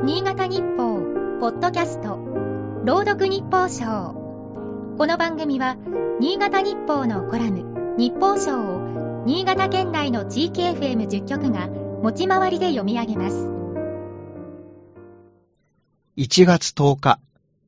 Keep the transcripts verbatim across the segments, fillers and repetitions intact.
新潟日報ポッドキャスト朗読日報賞。この番組は新潟日報のコラム日報賞を新潟県内の地域 エフエムじゅっ 局が持ち回りで読み上げます。 いちがつとおか、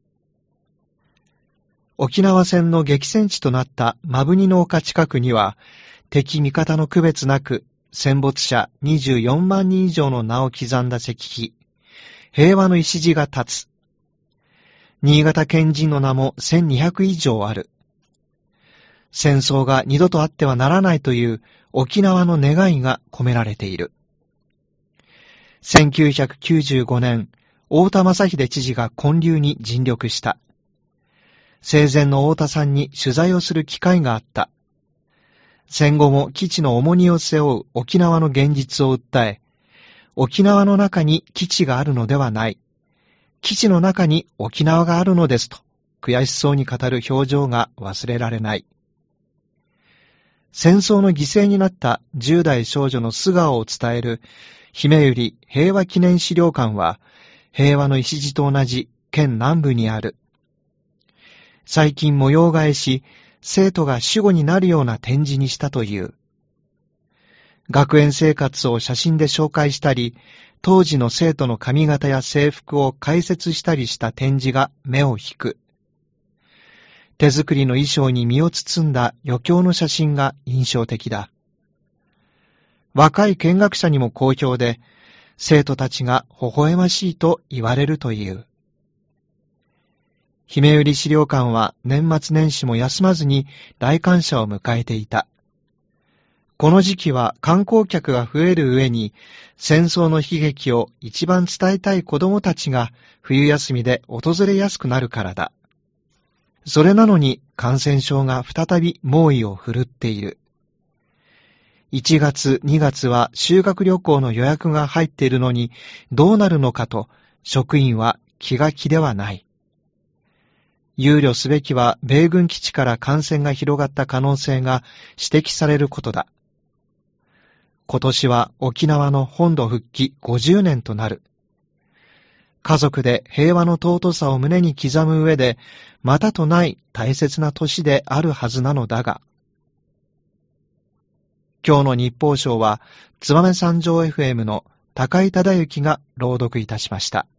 沖縄戦の激戦地となった摩文仁の丘近くには敵味方の区別なく戦没者にじゅうよんまんにん以上の名を刻んだ石碑、平和の礎が立つ。新潟県人の名もせんにひゃく以上ある。戦争が二度とあってはならないという沖縄の願いが込められている。せんきゅうひゃくきゅうじゅうごねん、太田正秀知事が建立に尽力した。生前の太田さんに取材をする機会があった。戦後も基地の重荷を背負う沖縄の現実を訴え、沖縄の中に基地があるのではない。基地の中に沖縄があるのですと、悔しそうに語る表情が忘れられない。戦争の犠牲になったじゅう代少女の素顔を伝える姫百合平和記念資料館は、平和の礎と同じ県南部にある。最近模様替えし、生徒が守護になるような展示にしたという。学園生活を写真で紹介したり、当時の生徒の髪型や制服を解説したりした展示が目を引く。手作りの衣装に身を包んだ余興の写真が印象的だ。若い見学者にも好評で、生徒たちが微笑ましいと言われるという。姫百合資料館は年末年始も休まずに来館者を迎えていた。この時期は観光客が増える上に、戦争の悲劇を一番伝えたい子どもたちが冬休みで訪れやすくなるからだ。それなのに感染症が再び猛威を振るっている。いちがつ、にがつは修学旅行の予約が入っているのにどうなるのかと職員は気が気ではない。憂慮すべきは米軍基地から感染が広がった可能性が指摘されることだ。今年は沖縄の本土復帰ごじゅうねんとなる。家族で平和の尊さを胸に刻む上で、またとない大切な年であるはずなのだが。今日の日報賞は、燕三条 エフエム の高井忠之が朗読いたしました。